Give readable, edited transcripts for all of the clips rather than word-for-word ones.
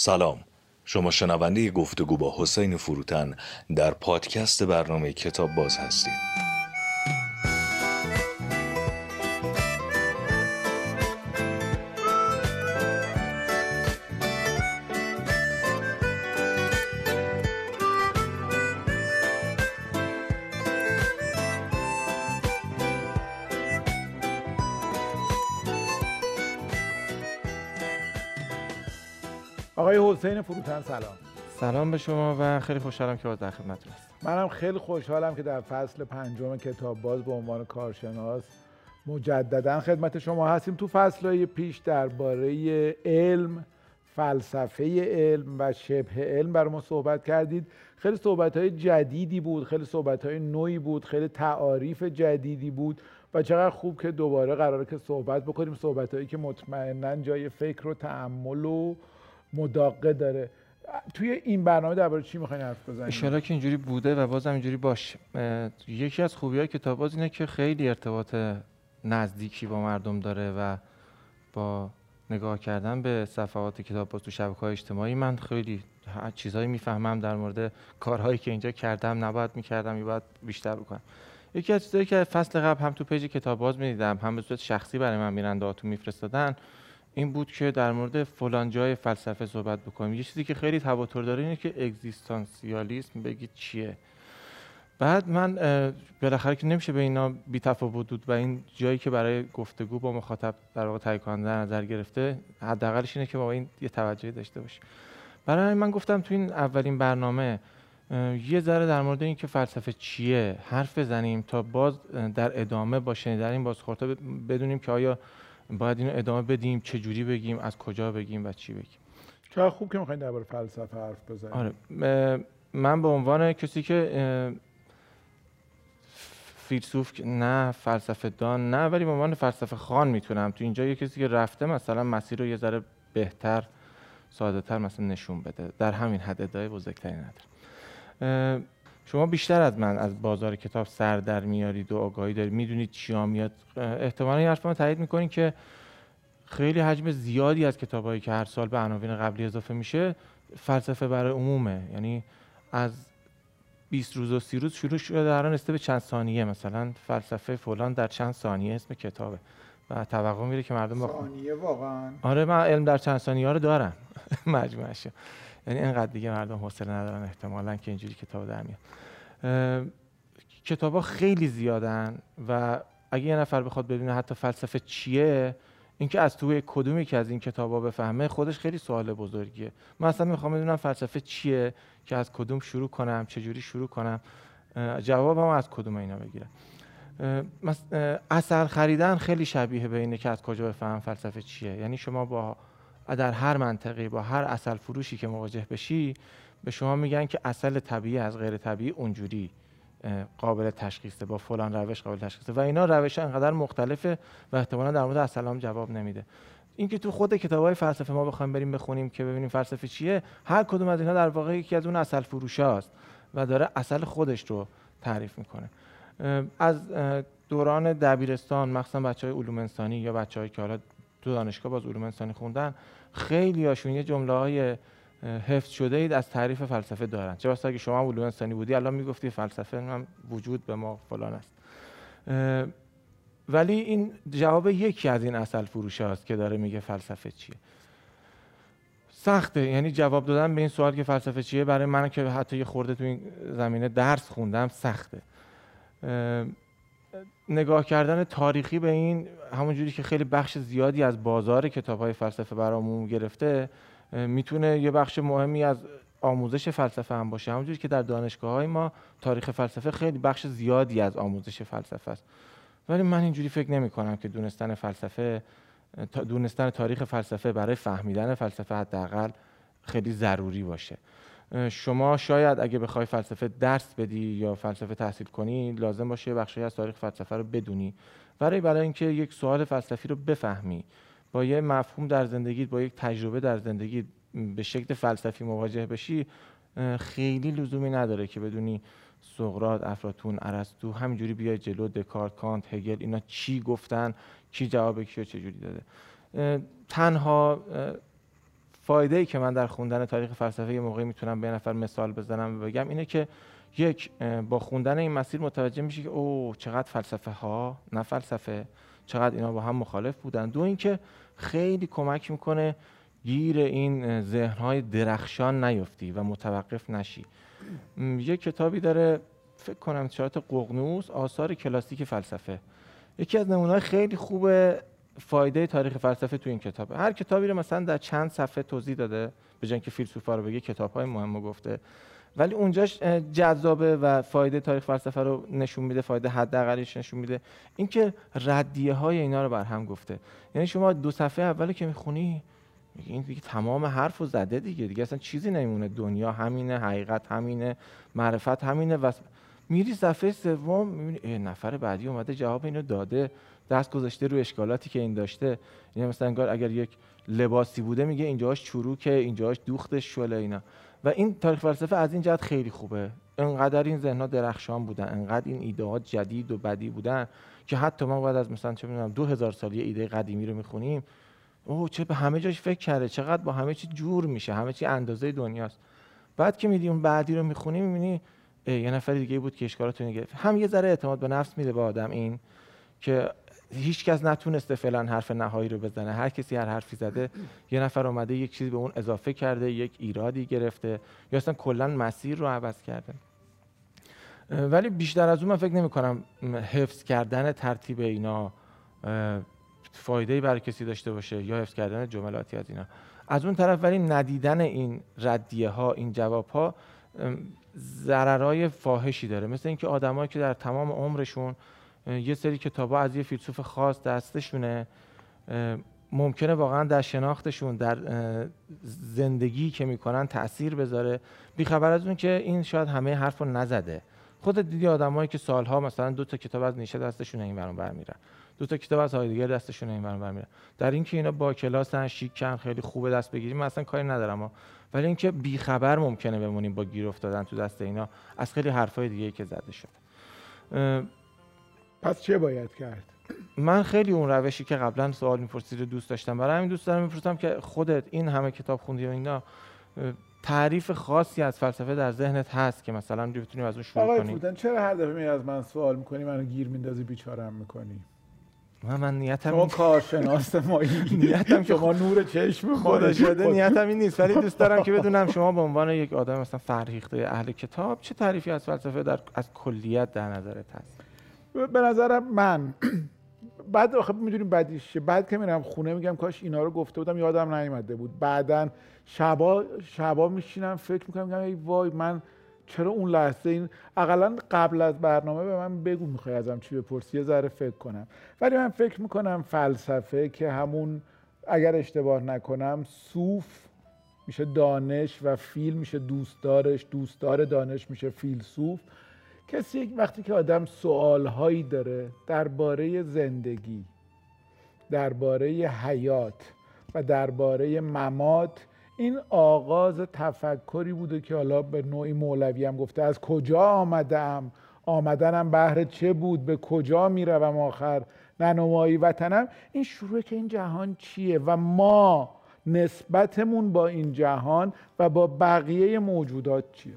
سلام، شما شنونده گفتگو با حسین فروتن در پادکست برنامه کتاب باز هستید. آقای حسین فروتن سلام. سلام به شما و خیلی خوشحالم که باز در خدمتتون هستم. منم خیلی خوشحالم که در فصل 5 کتاب باز به عنوان کارشناس مجددا خدمت شما هستیم. تو فصل‌های پیش درباره علم، فلسفه علم و شبه علم برای ما صحبت کردید. خیلی صحبت‌های جدیدی بود، خیلی صحبت‌های نوعی بود، خیلی تعاریف جدیدی بود و چقدر خوب که دوباره قراره که صحبت بکنیم، صحبت‌هایی که مطمئناً جای فکر و تأمل و مداقه داره. توی این برنامه درباره چی می‌خواید حرف بزنید؟ ان شاءالله که اینجوری بوده و بازم اینجوری باشه. یکی از خوبی‌های کتاب باز اینه که خیلی ارتباط نزدیکی با مردم داره و با نگاه کردن به صفحات کتاب باز تو شبکه‌های اجتماعی من خیلی چیزایی میفهمم در مورد کارهایی که اینجا کردم نباید می‌کردم یا باید بیشتر بکنم. یکی از چیزایی که فصل قبل هم تو پیج کتاب باز می‌دیدم، هم به صورت شخصی برای من میرنده‌هاتون می‌فرستادن، این بود که در مورد فلان جای فلسفه صحبت بکنیم. یه چیزی که خیلی تواتر داره اینه که اگزیستانسیالیسم بگید چیه. بعد من بالاخره که نمیشه به اینا بی تفاوت بود و این جایی که برای گفتگو با مخاطب در واقع تهیه کننده نظر گرفته، حداقلش اینه که با این یه توجهی داشته باشیم. برای همین من گفتم تو این اولین برنامه یه ذره در مورد این که فلسفه چیه حرف بزنیم تا باز در ادامه با شنیدن بازخوردها بدونیم که آیا باید اینو ادامه بدیم، چه جوری بگیم، از کجا بگیم و چی بگیم. چقدر خوب که می‌خواید درباره فلسفه حرف بزنید. آره، من به عنوان کسی که فیلسوف نه، فلسفه دان نه، ولی به عنوان فلسفه خوان میتونم تو اینجا یه کسی که رفته مثلا مسیر رو یه ذره بهتر، ساده‌تر مثلا نشون بده. در همین حد ادعای بزرگتری ندارم. شما بیشتر از من از بازار کتاب سر در میارید و آگاهی دارید، میدونید چیا میاد. احتمالاً این حرفا رو تایید میکنین که خیلی حجم زیادی از کتابایی که هر سال به عناوین قبلی اضافه میشه فلسفه برای عمومه. یعنی از 20 روز و 30 روز شروع شده در رسیده به چند ثانیه، مثلا فلسفه فلان در چند ثانیه اسم کتابه و توقع میره که مردم ثانیه واقعا. آره، من علم در چند ثانیه رو دارم مجموعش. یعنی اینقدر دیگه مردم حوصله ندارن احتمالاً که اینجوری کتاب در میاد. کتابا خیلی زیادن و اگه یه نفر بخواد ببینه حتی فلسفه چیه، اینکه از توی کدومی که از این کتابا بفهمه خودش خیلی سوال بزرگیه. من اصلا میخوام بدونم فلسفه چیه که از کدوم شروع کنم، چجوری شروع کنم، جوابم از کدوم اینا بگیرم. اثر خریدن خیلی شبیه به اینه که از کجا بفهم فلسفه چیه. یعنی شما با در هر منطقه با هر اصل فروشی که مواجه بشی، به شما میگن که اصل طبیعی از غیر طبیعی اونجوری قابل تشخیصه، با فلان روش قابل تشخیصه و اینا روش‌ها انقدر مختلفه و احتمالاً در مورد اصل هم جواب نمیده. اینکه تو خود کتاب‌های فلسفه ما بخوایم بریم بخونیم که ببینیم فلسفه چیه، هر کدوم از اینا در واقع یکی از اون اصل فروشاست و داره اصل خودش رو تعریف میکنه. از دوران دبیرستان، مخصوصا بچهای علوم انسانی یا بچه‌ای که حالا تو دانشگاه باز علوم انسانی خوندن، خیلی هاشون یه جمله‌های حفظ شده اید از تعریف فلسفه دارن. چه واسه اگه شما علوم انسانی بودی الان میگفتی فلسفه هم وجود به ما فلان است. ولی این جواب یکی از این اصل فروشاست که داره میگه فلسفه چیه. سخته، یعنی جواب دادن به این سوال که فلسفه چیه برای من که حتی یه خورده تو این زمینه درس خوندم سخته. نگاه کردن تاریخی به این، همون جوری که خیلی بخش زیادی از بازار کتاب‌های فلسفه برامون گرفته، میتونه یه بخش مهمی از آموزش فلسفه هم باشه. همونجوری که در دانشگاه‌های ما تاریخ فلسفه خیلی بخش زیادی از آموزش فلسفه است. ولی من اینجوری فکر نمی‌کنم که دونستن تاریخ فلسفه برای فهمیدن فلسفه حداقل خیلی ضروری باشه. شما شاید اگه بخوای فلسفه درس بدی یا فلسفه تحصیل کنی لازم باشه یه بخشی از تاریخ فلسفه رو بدونی برای اینکه یک سوال فلسفی رو بفهمی، با یه مفهوم در زندگیت، با یک تجربه در زندگیت به شکل فلسفی مواجه بشی. خیلی لزومی نداره که بدونی سقراط، افلاطون، ارسطو همینجوری بیای جلو، دکارت، کانت، هگل اینا چی گفتن، کی جواب کیو چجوری داده. تنها فایده‌ای که من در خوندن تاریخ فلسفه یه موقعی میتونم به نفر مثال بزنم و بگم اینه که یک، با خوندن این مسیر متوجه میشه که اوه چقدر فلسفه ها نه فلسفه چقدر اینا با هم مخالف بودن. دو اینکه خیلی کمک میکنه گیر این ذهن‌های درخشان نیفتی و متوقف نشی. یک کتابی داره فکر کنم چارت ققنوس، آثار کلاسیک فلسفه. یکی از نمونه‌های خیلی خوب فایده تاریخ فلسفه تو این کتابه. هر کتابی رو مثلا در چند صفحه توضیح داده، به جای اینکه فیلسوفا رو بگه کتاب‌های مهمو گفته، ولی اونجاش جذابه و فایده تاریخ فلسفه رو نشون میده، فایده حداقلیش نشون میده. اینکه ردیه‌های اینا رو بر هم گفته. یعنی شما 2 صفحه اولو که میخونی این دیگه تمام حرفو زده دیگه اصلا چیزی نمیمونه، دنیا همینه، حقیقت همینه، معرفت همینه و میری صفحه سوم میبینی نفر بعدی اومده جواب اینو داده، دست گذاشته رو اشکالاتی که این داشته. یعنی مثلا انگار اگر یک لباسی بوده میگه اینجاش چروکه، اینجاش دوختش شله اینا. و این تاریخ فلسفه از این جهت خیلی خوبه. انقدر این ذهن‌ها درخشان بودن، انقدر این ایده‌ها جدید و بدی بودن که حتی ما بعد از مثلا چه می‌دونم 2000 سال یه ایده قدیمی رو می‌خونیم، اوه چه به همه جاش فکر کرده، چقدر با همه چی جور میشه، همه چی اندازه دنیاست. بعد که می‌دی اون بعدی رو می‌خونی می‌بینی یه نفر دیگه بود که اشکالاتو گرفت. هم یه ذره اعتماد به نفس میده به آدم این که هیچ کس نتونسته فعلا حرف نهایی رو بزنه، هر کسی هر حرفی زده، یه نفر اومده یک چیزی به اون اضافه کرده، یک ایرادی گرفته یا اصلا کلا مسیر رو عوض کرده. ولی بیشتر از اون من فکر نمی‌کنم حفظ کردن ترتیب اینا فایده‌ای برای کسی داشته باشه یا حفظ کردن جملاتی از اینا. از اون طرف ولی ندیدن این ردیه‌ها، این جواب‌ها ضررهای فاحشی داره. مثل اینکه آدمایی که در تمام عمرشون یه سری کتابا از یه فیلسوف خاص دستشونه، ممکنه واقعا در شناختشون، در زندگی که میکنن تأثیر بذاره، بیخبر از اون که این شاید همه حرفو نزده. خودت دیدی آدمایی که سالها مثلا 2 تا کتاب از نیشه دستشونه این ور برمیرن، 2 تا کتاب از هایدگر دستشونه این ور برمیرن. در اینکه اینا با کلاسن، شیکن، خیلی خوبه دست بگیریم، من اصلا کاری ندارم ولی اینکه بیخبر ممکنه بمونیم با گیر افتادن تو دست اینا از خیلی حرفای دیگه‌ای که زده شد. پس چه باید کرد؟ من خیلی اون روشی که قبلا سوال می‌پرسید رو دوست داشتم. برای همین دوست دارم می‌پرسم که خودت این همه کتاب خوندی و اینا تعریف خاصی از فلسفه در ذهنت هست که مثلا بتونیم از اون شروع کنیم؟ آقای فروتن چرا هر دفعه میای از من سوال می‌کنی منو گیر میندازی بیچاره‌ام می‌کنی؟ من نیتم شما کارشناس مایی، نیتم که شما نور چشم خدا شده نیتم این نیست، ولی دوست دارم که بدونم شما به عنوان یک آدم مثلا فرهیخته اهل کتاب چه تعریفی از فلسفه از کلیت در نظرت هست؟ به نظرم من بعد آخه میدونیم بعدیشه، بعد که میرم خونه میگم کاش اینا رو گفته بودم یادم نیومده بود. بعدن شبا میشینم فکر میکنم میگم ای وای من چرا اون لحظه این اقلا قبل از برنامه به من بگو میخوای ازم چی بپرسی یه ذره فکر کنم. ولی من فکر میکنم فلسفه که همون اگر اشتباه نکنم صوف میشه دانش و فیل میشه دوستدارش، دوستدار دانش میشه فیلسوف. کسی وقتی که آدم سوالهایی داره درباره زندگی، درباره حیات و درباره ممات، این آغاز تفکری بوده که حالا به نوعی مولوی هم گفته از کجا آمدم، آمدنم بهر چه بود، به کجا میروم آخر ننمایی وطنم. این شروع که این جهان چیه و ما نسبتمون با این جهان و با بقیه موجودات چیه.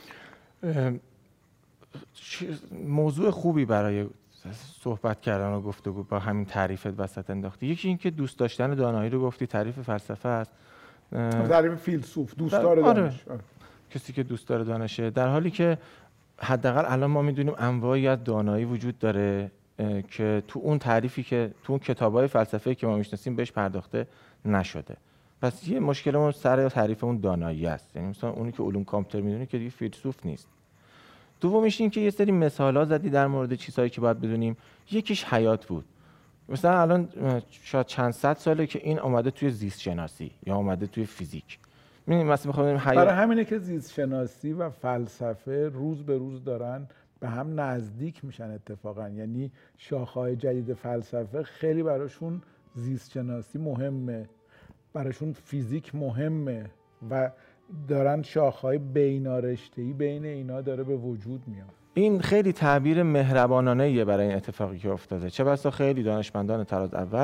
موضوع خوبی برای صحبت کردن و گفتگو با همین تعریفت وسط انداختی. یکی این که دوست داشتن دانایی رو گفتی، تعریف فلسفه است. تعریف فیلسوف دوستدار دانش. کسی که دوستدار دانشه، در حالی که حداقل الان ما میدونیم انواعی از دانایی وجود داره که تو اون تعریفی که تو اون کتابای فلسفه‌ای که ما میشناسیم بهش پرداخته نشده. پس یه مشکلمون سر تعریف اون دانایی است. یعنی مثلا اونی که علوم کامپیوتر میدونه که دیگه فیلسوف نیست. دومیش این که یه سری مثالا زدی در مورد چیزهایی که باید بدونیم. یکیش حیات بود. مثلا الان شاید چند صد ساله که این اومده توی زیست شناسی یا اومده توی فیزیک. می‌بینیم مثلا می‌خوام ببینیم حیات. برای همینه که زیست شناسی و فلسفه روز به روز دارن به هم نزدیک میشن اتفاقا. یعنی شاخه‌های جدید فلسفه خیلی براشون زیست شناسی مهمه، براشون فیزیک مهمه و دارن شاخه‌های بینارشته‌ای بین اینا داره به وجود میاد. این خیلی تعبیر مهربانانه‌ایه برای این اتفاقی که افتاده. چه بسا خیلی دانشمندان طراز اول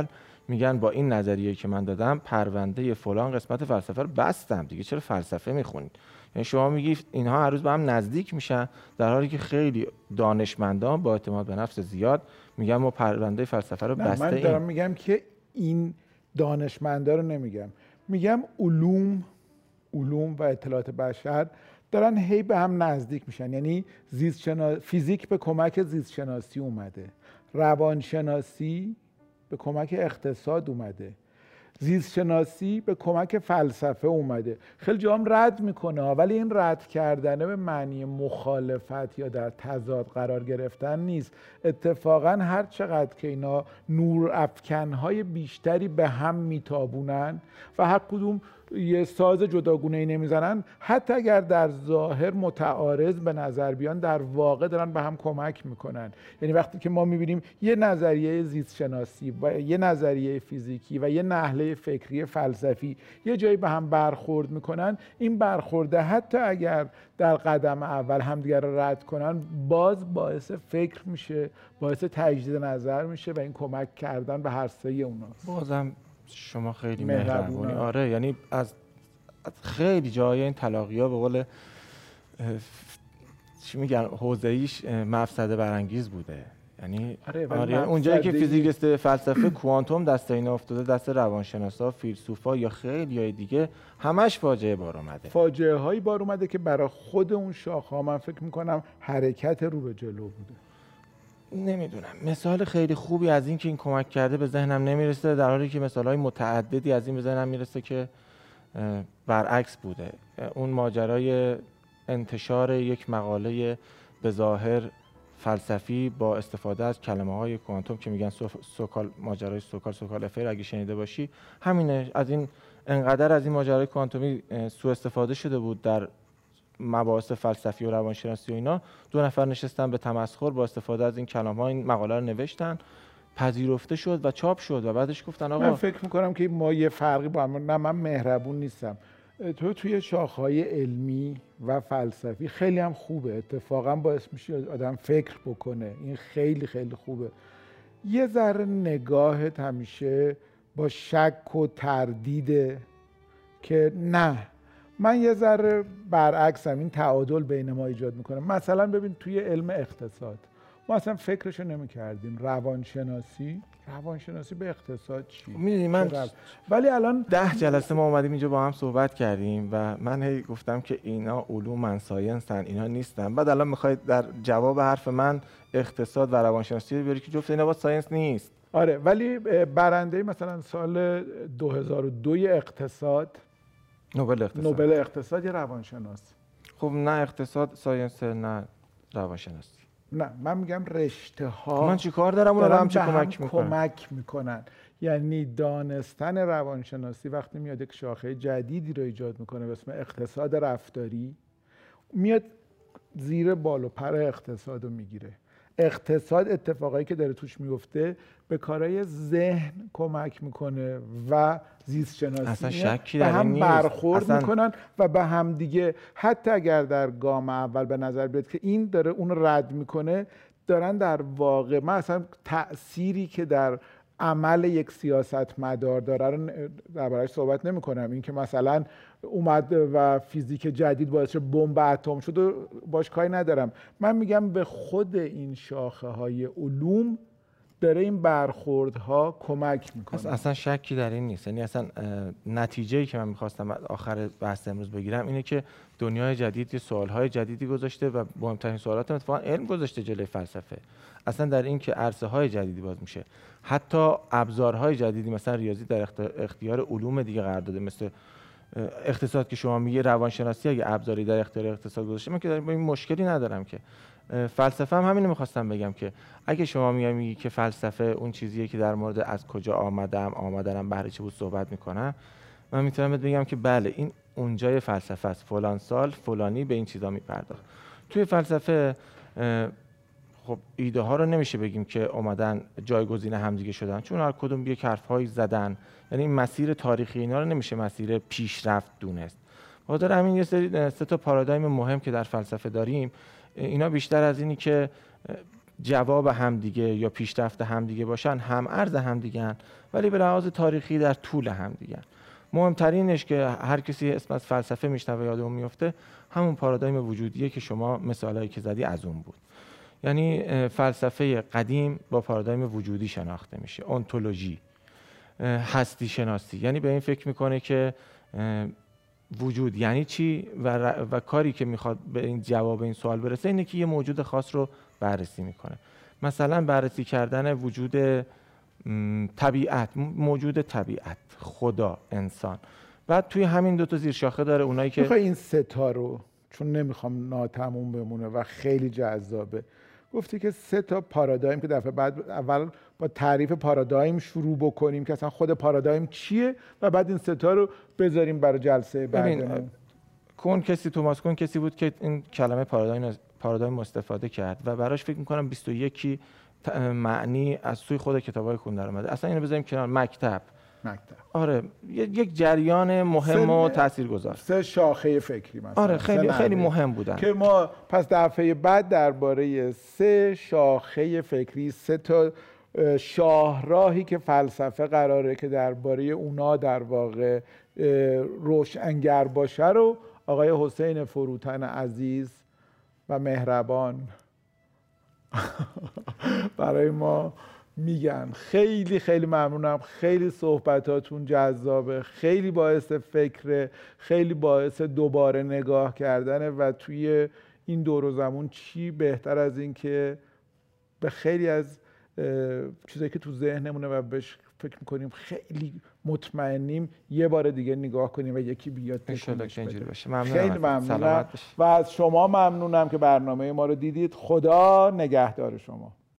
میگن با این نظریه که من دادم پرونده فلان قسمت فلسفه رو بستم، دیگه چرا فلسفه میخونید؟ یعنی شما میگی اینها هر روز به هم نزدیک میشن، در حالی که خیلی دانشمندان با اعتماد به نفس زیاد میگن ما پرونده فلسفه رو بسته من دارم میگم که این دانشمندا رو نمیگم، میگم علوم و اطلاعات بشر دارن هی به هم نزدیک میشن. یعنی فیزیک به کمک زیست شناسی اومده، روانشناسی به کمک اقتصاد اومده، زیست شناسی به کمک فلسفه اومده. خیلی جام رد میکنه، ولی این رد کردنه به معنی مخالفت یا در تضاد قرار گرفتن نیست. اتفاقا هر چقدر که اینا نور افکنهای بیشتری به هم میتابونن و هر کدوم یه ساز جداگونه‌ای نمیزنن، حتی اگر در ظاهر متعارض به نظر بیان، در واقع دارن به هم کمک میکنن. یعنی وقتی که ما میبینیم یه نظریه زیست شناسی و یه نظریه فیزیکی و یه نحله فکری فلسفی یه جایی به هم برخورد میکنن، این برخورده حتی اگر در قدم اول همدیگر رو رد کنن، باز باعث فکر میشه، باعث تجدید نظر میشه و این کمک کردن به هر سه اوناست. بازم شما خیلی مهربونی. آره، یعنی از خیلی جای این تلاقی‌ها به قول چی میگن حوزه‌ایش مفسده برانگیز بوده. یعنی آره اونجایی که فیزیکیست فلسفه کوانتوم دست اینا افتاده، دست روانشناسا، فیلسوفا یا خیلیای دیگه، همش فاجعه بار اومده. فاجعه هایی بار اومده که برای خود اون شاخه‌ها من فکر می‌کنم حرکت رو به جلو بوده. نمیدونم، مثال خیلی خوبی از این که این کمک کرده به ذهنم نمیرسه، در حالی که مثالهای متعددی از این به ذهنم میرسه که برعکس بوده. اون ماجرای انتشار یک مقاله به ظاهر فلسفی با استفاده از کلمه‌های کوانتوم که میگن سوکال، ماجرای سوکال افیر، اگه شنیده باشی همینه. از این انقدر از این ماجرای کوانتومی سوء استفاده شده بود در مباحث فلسفی و روانشناسی و اینا، 2 نفر نشستن به تمسخر با استفاده از این کلمه‌ها این مقاله رو نوشتن، پذیرفته شد و چاپ شد و بعدش گفتن آقا من فکر می‌کنم که ما یه فرقی با هم، نه من مهربون نیستم، توی شاخه‌های علمی و فلسفی خیلی هم خوبه، اتفاقا باعث میشه آدم فکر بکنه، این خیلی خیلی خوبه. یه ذره نگاهت همیشه با شک و تردیده که نه، من یه ذره برعکسم، این تعادل بین ما ایجاد میکنه. مثلا ببین توی علم اقتصاد ما اصلا فکرشو نمی کردیم، روانشناسی به اقتصاد چی؟ میدونی من ولی الان 10 جلسه ما اومدیم اینجا با هم صحبت کردیم و من هی گفتم که اینا علوم ساینسن، اینا نیستن. بعد الان میخواید در جواب حرف من اقتصاد و روانشناسی رو بیاری که جفت اینا با ساینس نیست. آره، ولی برنده مثلا سال 2002 اقتصاد، نوبل اقتصاد، یه روانشناس. خب نه اقتصاد ساینس نه روانشناسی. نه، من میگم رشته ها من چی کار دارم اونا هم چی کمک میکنن. یعنی دانستن روانشناسی وقتی میاد یک شاخه جدیدی رو ایجاد میکنه به اسم اقتصاد رفتاری، میاد زیر بال و پر اقتصاد رو میگیره. اقتصاد اتفاقایی که داره توش میفته به کارهای ذهن کمک میکنه و زیست شناسی به هم برخورد میکنن و به هم دیگه، حتی اگر در گام اول به نظر بیاد که این داره اون رد میکنه، دارن در واقع، من اصلا تأثیری که در عمل یک سیاستمدار داره رو درباره‌اش صحبت نمی‌کنم. این که مثلا اومد و فیزیک جدید باعث شد بمب اتم شد و باش کاری ندارم. من میگم به خود این شاخه‌های علوم داره این برخوردها کمک میکنه. اصلا شکی در این نیست. یعنی اصلا نتیجه‌ای که من می‌خواستم آخر بحث امروز بگیرم اینه که دنیای جدید سوال‌های جدیدی گذاشته و مهمترین سوالات اتفاقا علم گذاشته جلوی فلسفه. اصلا در این که عرصه‌های جدیدی باز میشه، حتی ابزارهای جدیدی مثلا ریاضی در اختیار علوم دیگه قرار داده، مثل اقتصاد که شما میگه، روانشناسی اگه ابزاری در اختیار اقتصاد گذاشته، من که با این مشکلی ندارم. که فلسفه هم همینو می‌خواستم بگم که اگه شما میگی که فلسفه اون چیزیه که در مورد از کجا آمدنم بهره چه بود صحبت میکنه، من میتونم بگم که بله، این اونجای فلسفه است. فلان سال فلانی به این چیزا میپرداخت. توی فلسفه خب ایده ها رو نمیشه بگیم که اومدن جایگزین همدیگه شدن، چون هر کدوم یک حرف‌هایی زدن. یعنی این مسیر تاریخی اینا رو نمیشه مسیر پیشرفت دونست. بخاطر همین یه سری 3 تا پارادایم مهم که در فلسفه داریم، اینا بیشتر از اینی که جواب همدیگه یا پیشرفت همدیگه باشن، هم ارز همدیگه‌ان، ولی به لحاظ تاریخی در طول همدیگه‌ان. مهمترینش که هر کسی اسم از فلسفه میشنوه یادمون میفته همون پارادایم وجودیه که شما مثالایی که زدی از اون بود. یعنی فلسفه قدیم با پارادایم وجودی شناخته میشه، اونتولوژی، هستی شناسی، یعنی به این فکر میکنه که وجود یعنی چی و کاری که میخواد به این جواب این سوال برسه اینه که یه موجود خاص رو بررسی میکنه. مثلا بررسی کردن وجود طبیعت، موجود طبیعت، خدا، انسان. بعد توی همین دو تا زیر شاخه داره اونایی که میخوای این سه تا رو، چون نمیخوام ناتموم بمونه و خیلی جذابه، گفتی که سه تا پارادایم که دفعه بعد اول با تعریف پارادایم شروع بکنیم که اصلا خود پارادایم چیه و بعد این سه تا رو بذاریم برای جلسه بعدمون. توماس کون کسی بود که این کلمه پارادایم استفاده کرد و براش فکر می‌کنم 21 معنی از سوی خود کتابای کون در اومده. اصلا اینو بذاریم کنار. مکتب. آره، یک جریان مهم و تاثیرگذار. سه شاخه فکری مثلا. آره، خیلی مهم بودن. که ما پس دفعه بعد درباره سه شاخه فکری، سه تا شاهراهی که فلسفه قراره که درباره اونا در واقع روشنگر باشه رو آقای حسین فروتن عزیز و مهربان برای ما میگن. خیلی خیلی ممنونم. خیلی صحبتاتون جذابه، خیلی باعث فکره، خیلی باعث دوباره نگاه کردنه و توی این دور و زمان چی بهتر از این که به خیلی از چیزایی که تو ذهنمونه و بهش فکر میکنیم خیلی مطمئنیم یه بار دیگه نگاه کنیم و یکی بیاد تکونش بده. خیلی ممنونم و از شما ممنونم که برنامه ما رو دیدید. خدا نگهدار شما.